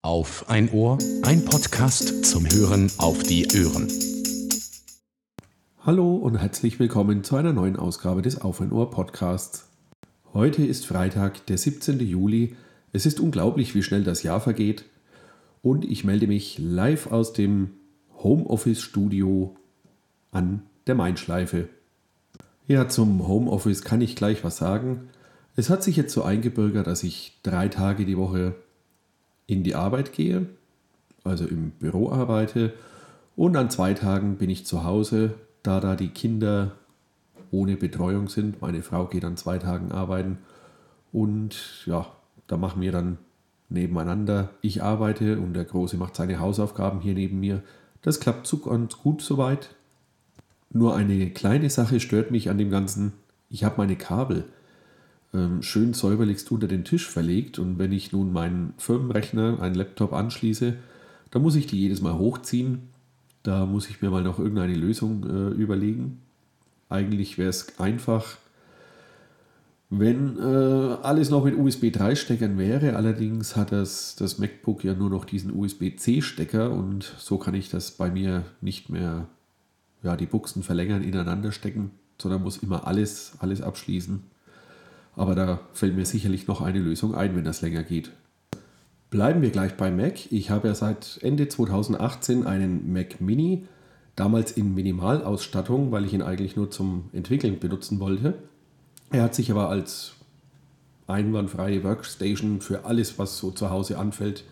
Auf ein Ohr, ein Podcast zum Hören auf die Ohren. Hallo und herzlich willkommen zu einer neuen Ausgabe des Auf ein Ohr Podcasts. Heute ist Freitag, der 17. Juli. Es ist unglaublich, wie schnell das Jahr vergeht. Und ich melde mich live aus dem Homeoffice-Studio an der Main-Schleife. Ja, zum Homeoffice kann ich gleich was sagen. Es hat sich jetzt so eingebürgert, dass ich 3 Tage die Woche in die Arbeit gehe, also im Büro arbeite, und an 2 Tagen bin ich zu Hause, da die Kinder ohne Betreuung sind. Meine Frau geht an 2 Tagen arbeiten und ja, da machen wir dann nebeneinander. Ich arbeite und der Große macht seine Hausaufgaben hier neben mir. Das klappt so ganz gut soweit. Nur eine kleine Sache stört mich an dem Ganzen. Ich habe meine Kabel schön säuberlichst unter den Tisch verlegt, und wenn ich nun meinen Firmenrechner, einen Laptop anschließe, dann muss ich die jedes Mal hochziehen. Da muss ich mir mal noch irgendeine Lösung überlegen. Eigentlich wäre es einfach, wenn alles noch mit USB 3-Steckern wäre. Allerdings hat das MacBook ja nur noch diesen USB-C-Stecker, und so kann ich das bei mir nicht mehr, die Buchsen verlängern, ineinander stecken, sondern muss immer alles abschließen. Aber da fällt mir sicherlich noch eine Lösung ein, wenn das länger geht. Bleiben wir gleich bei Mac. Ich habe ja seit Ende 2018 einen Mac Mini, damals in Minimalausstattung, weil ich ihn eigentlich nur zum Entwickeln benutzen wollte. Er hat sich aber als einwandfreie Workstation für alles, was so zu Hause anfällt,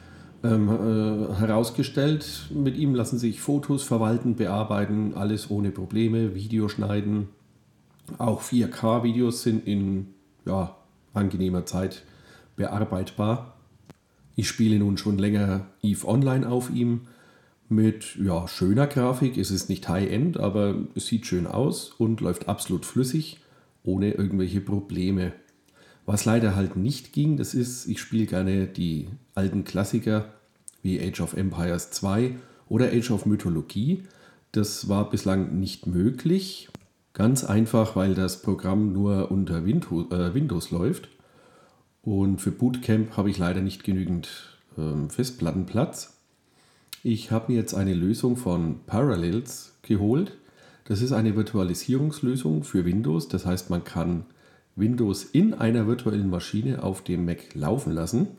herausgestellt. Mit ihm lassen sich Fotos verwalten, bearbeiten, alles ohne Probleme, Video schneiden. Auch 4K-Videos sind in angenehmer Zeit bearbeitbar. Ich spiele nun schon länger EVE Online auf ihm mit schöner Grafik. Es ist nicht High-End, aber es sieht schön aus und läuft absolut flüssig, ohne irgendwelche Probleme. Was leider halt nicht ging, das ist, ich spiele gerne die alten Klassiker wie Age of Empires 2 oder Age of Mythologie. Das war bislang nicht möglich. Ganz einfach, weil das Programm nur unter Windows läuft. Und für Bootcamp habe ich leider nicht genügend Festplattenplatz. Ich habe mir jetzt eine Lösung von Parallels geholt. Das ist eine Virtualisierungslösung für Windows. Das heißt, man kann Windows in einer virtuellen Maschine auf dem Mac laufen lassen.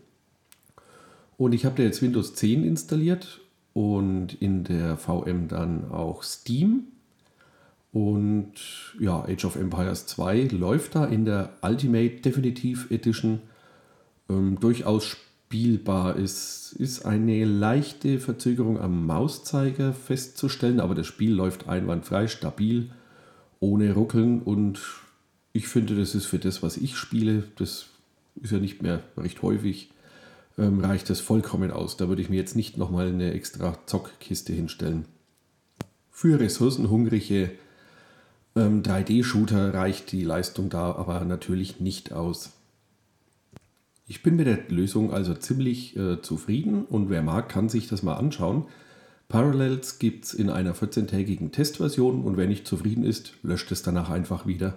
Und ich habe da jetzt Windows 10 installiert und in der VM dann auch Steam. Und Age of Empires 2 läuft da in der Ultimate Definitive Edition durchaus spielbar. Es ist eine leichte Verzögerung am Mauszeiger festzustellen, aber das Spiel läuft einwandfrei, stabil, ohne Ruckeln, und ich finde, das ist für das, was ich spiele, das ist ja nicht mehr recht häufig, reicht das vollkommen aus. Da würde ich mir jetzt nicht nochmal eine extra Zockkiste hinstellen. Für ressourcenhungrige 3D-Shooter reicht die Leistung da aber natürlich nicht aus. Ich bin mit der Lösung also ziemlich zufrieden, und wer mag, kann sich das mal anschauen. Parallels gibt es in einer 14-tägigen Testversion, und wer nicht zufrieden ist, löscht es danach einfach wieder.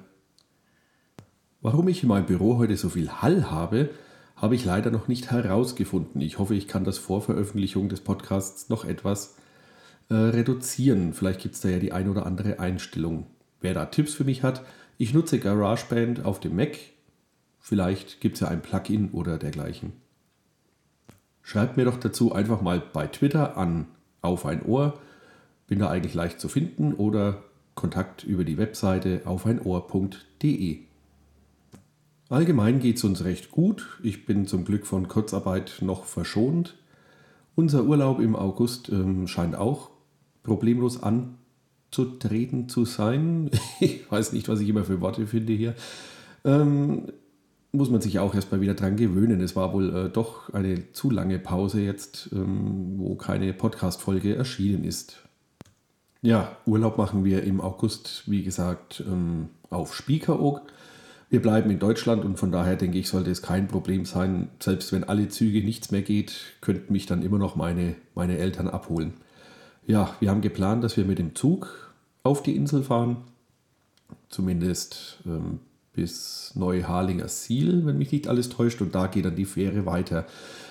Warum ich in meinem Büro heute so viel Hall habe ich leider noch nicht herausgefunden. Ich hoffe, ich kann das vor Veröffentlichung des Podcasts noch etwas reduzieren. Vielleicht gibt es da ja die ein oder andere Einstellung. Wer da Tipps für mich hat, ich nutze GarageBand auf dem Mac. Vielleicht gibt es ja ein Plugin oder dergleichen. Schreibt mir doch dazu einfach mal bei Twitter an Auf ein Ohr. Bin da eigentlich leicht zu finden, oder Kontakt über die Webseite aufeinohr.de. Allgemein geht es uns recht gut. Ich bin zum Glück von Kurzarbeit noch verschont. Unser Urlaub im August scheint auch problemlos anzutreten zu sein. Ich weiß nicht, was ich immer für Worte finde hier. Muss man sich auch erstmal wieder dran gewöhnen. Es war wohl doch eine zu lange Pause jetzt, wo keine Podcast-Folge erschienen ist. Ja, Urlaub machen wir im August, wie gesagt, auf Spiekeroog. Wir bleiben in Deutschland, und von daher denke ich, sollte es kein Problem sein. Selbst wenn alle Züge nichts mehr geht, könnten mich dann immer noch meine Eltern abholen. Ja, wir haben geplant, dass wir mit dem Zug auf die Insel fahren. Zumindest bis Neuharlingersiel, wenn mich nicht alles täuscht. Und da geht dann die Fähre weiter.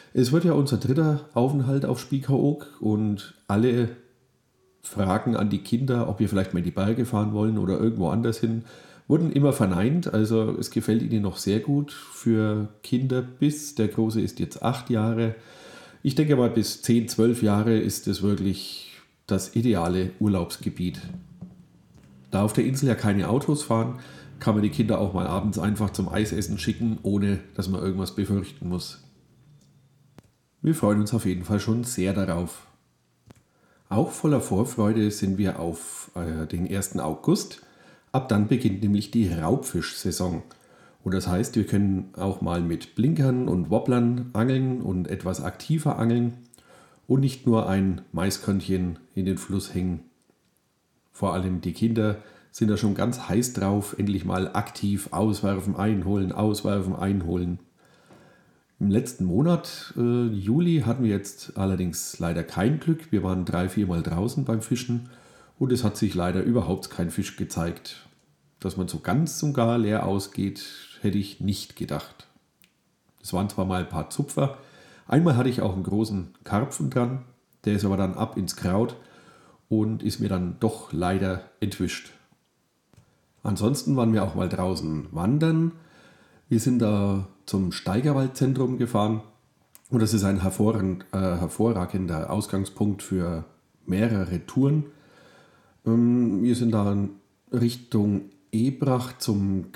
Es wird ja unser dritter Aufenthalt auf Spiekeroog und alle Fragen an die Kinder, ob wir vielleicht mal in die Berge fahren wollen oder irgendwo anders hin, wurden immer verneint. Also es gefällt ihnen noch sehr gut für Kinder der Große ist jetzt 8 Jahre. Ich denke mal, bis 10, 12 Jahre ist es wirklich das ideale Urlaubsgebiet. Da auf der Insel ja keine Autos fahren, kann man die Kinder auch mal abends einfach zum Eisessen schicken, ohne dass man irgendwas befürchten muss. Wir freuen uns auf jeden Fall schon sehr darauf. Auch voller Vorfreude sind wir auf den 1. August. Ab dann beginnt nämlich die Raubfischsaison. Und das heißt, wir können auch mal mit Blinkern und Wobblern angeln und etwas aktiver angeln und nicht nur ein Maiskörnchen in den Fluss hängen. Vor allem die Kinder sind da schon ganz heiß drauf, endlich mal aktiv auswerfen, einholen, auswerfen, einholen. Im letzten Monat, Juli, hatten wir jetzt allerdings leider kein Glück. Wir waren 3-4 Mal draußen beim Fischen und es hat sich leider überhaupt kein Fisch gezeigt. Dass man so ganz und gar leer ausgeht, hätte ich nicht gedacht. Es waren zwar mal ein paar Zupfer. Einmal hatte ich auch einen großen Karpfen dran, der ist aber dann ab ins Kraut und ist mir dann doch leider entwischt. Ansonsten waren wir auch mal draußen wandern. Wir sind da zum Steigerwaldzentrum gefahren und das ist ein hervorragender Ausgangspunkt für mehrere Touren. Wir sind da in Richtung Ebrach zum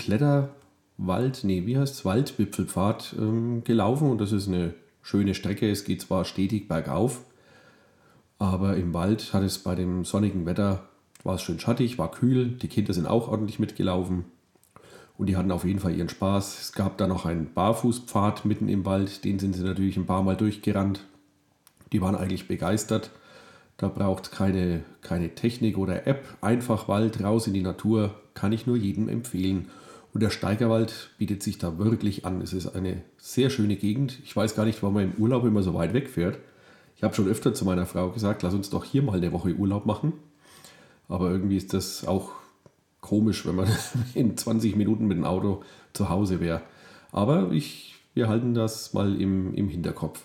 Waldwipfelpfad gelaufen und das ist eine schöne Strecke. Es geht zwar stetig bergauf, aber im Wald hat es bei dem sonnigen Wetter, war es schön schattig, war kühl, die Kinder sind auch ordentlich mitgelaufen. Und die hatten auf jeden Fall ihren Spaß. Es gab da noch einen Barfußpfad mitten im Wald, den sind sie natürlich ein paar Mal durchgerannt. Die waren eigentlich begeistert. Da braucht es keine Technik oder App. Einfach Wald, raus in die Natur, kann ich nur jedem empfehlen. Und der Steigerwald bietet sich da wirklich an. Es ist eine sehr schöne Gegend. Ich weiß gar nicht, warum man im Urlaub immer so weit wegfährt. Ich habe schon öfter zu meiner Frau gesagt, lass uns doch hier mal eine Woche Urlaub machen. Aber irgendwie ist das auch komisch, wenn man in 20 Minuten mit dem Auto zu Hause wäre. Aber wir halten das mal im Hinterkopf.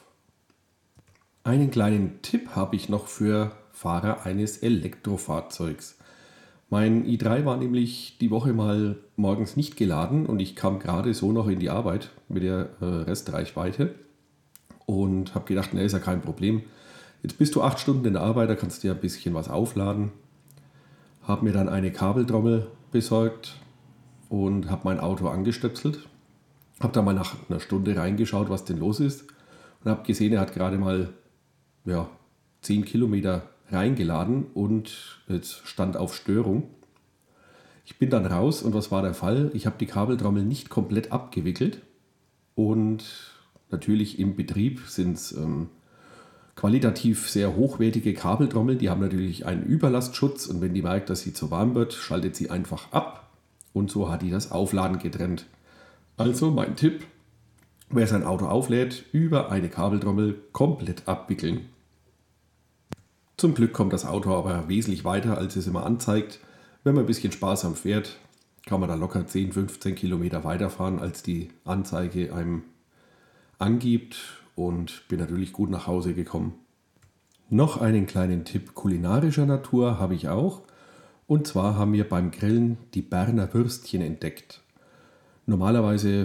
Einen kleinen Tipp habe ich noch für Fahrer eines Elektrofahrzeugs. Mein i3 war nämlich die Woche mal morgens nicht geladen und ich kam gerade so noch in die Arbeit mit der Restreichweite und habe gedacht, ist ja kein Problem. Jetzt bist du 8 Stunden in der Arbeit, da kannst du ja ein bisschen was aufladen. Habe mir dann eine Kabeltrommel besorgt und habe mein Auto angestöpselt. Habe da mal nach einer Stunde reingeschaut, was denn los ist und habe gesehen, er hat gerade mal 10 Kilometer reingeladen und jetzt stand auf Störung. Ich bin dann raus und was war der Fall? Ich habe die Kabeltrommel nicht komplett abgewickelt und natürlich im Betrieb sind es qualitativ sehr hochwertige Kabeltrommeln, die haben natürlich einen Überlastschutz und wenn die merkt, dass sie zu warm wird, schaltet sie einfach ab und so hat die das Aufladen getrennt. Also mein Tipp, wer sein Auto auflädt, über eine Kabeltrommel komplett abwickeln. Zum Glück kommt das Auto aber wesentlich weiter, als es immer anzeigt. Wenn man ein bisschen sparsam fährt, kann man da locker 10, 15 Kilometer weiterfahren, als die Anzeige einem angibt. Und bin natürlich gut nach Hause gekommen. Noch einen kleinen Tipp kulinarischer Natur habe ich auch. Und zwar haben wir beim Grillen die Berner Würstchen entdeckt. Normalerweise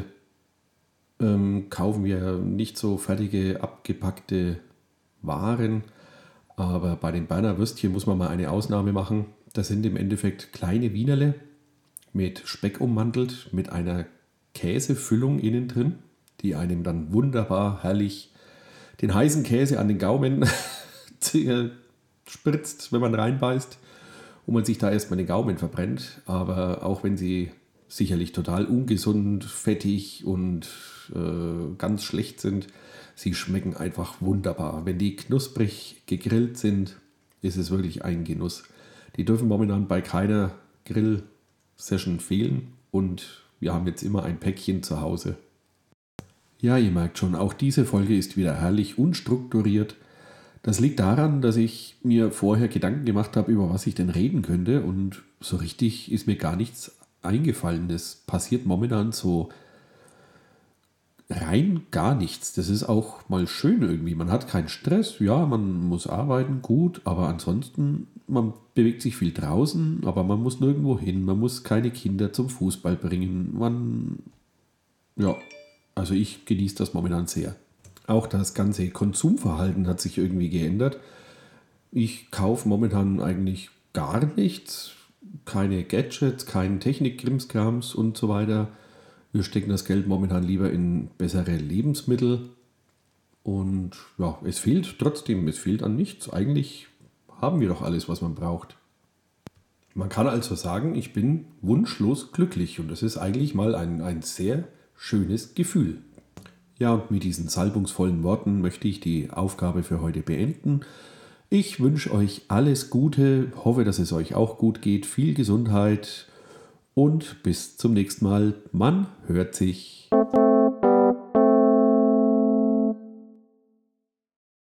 kaufen wir nicht so fertige, abgepackte Waren. Aber bei den Berner Würstchen muss man mal eine Ausnahme machen. Das sind im Endeffekt kleine Wienerle mit Speck ummantelt, mit einer Käsefüllung innen drin, die einem dann wunderbar herrlich den heißen Käse an den Gaumen spritzt, wenn man reinbeißt und man sich da erstmal den Gaumen verbrennt. Aber auch wenn sie sicherlich total ungesund, fettig und ganz schlecht sind, sie schmecken einfach wunderbar. Wenn die knusprig gegrillt sind, ist es wirklich ein Genuss. Die dürfen momentan bei keiner Grill-Session fehlen und wir haben jetzt immer ein Päckchen zu Hause. Ja, ihr merkt schon, auch diese Folge ist wieder herrlich unstrukturiert. Das liegt daran, dass ich mir vorher Gedanken gemacht habe, über was ich denn reden könnte und so richtig ist mir gar nichts eingefallen. Das passiert momentan so rein gar nichts. Das ist auch mal schön irgendwie. Man hat keinen Stress, ja, man muss arbeiten, gut, aber ansonsten, man bewegt sich viel draußen, aber man muss nirgendwo hin, man muss keine Kinder zum Fußball bringen. Ja, also ich genieße das momentan sehr. Auch das ganze Konsumverhalten hat sich irgendwie geändert. Ich kaufe momentan eigentlich gar nichts, keine Gadgets, keinen Technik-Krimskrams und so weiter. Wir stecken das Geld momentan lieber in bessere Lebensmittel. Und ja, es fehlt an nichts. Eigentlich haben wir doch alles, was man braucht. Man kann also sagen, ich bin wunschlos glücklich und das ist eigentlich mal ein sehr schönes Gefühl. Ja, und mit diesen salbungsvollen Worten möchte ich die Aufgabe für heute beenden. Ich wünsche euch alles Gute, hoffe, dass es euch auch gut geht, viel Gesundheit und bis zum nächsten Mal. Man hört sich.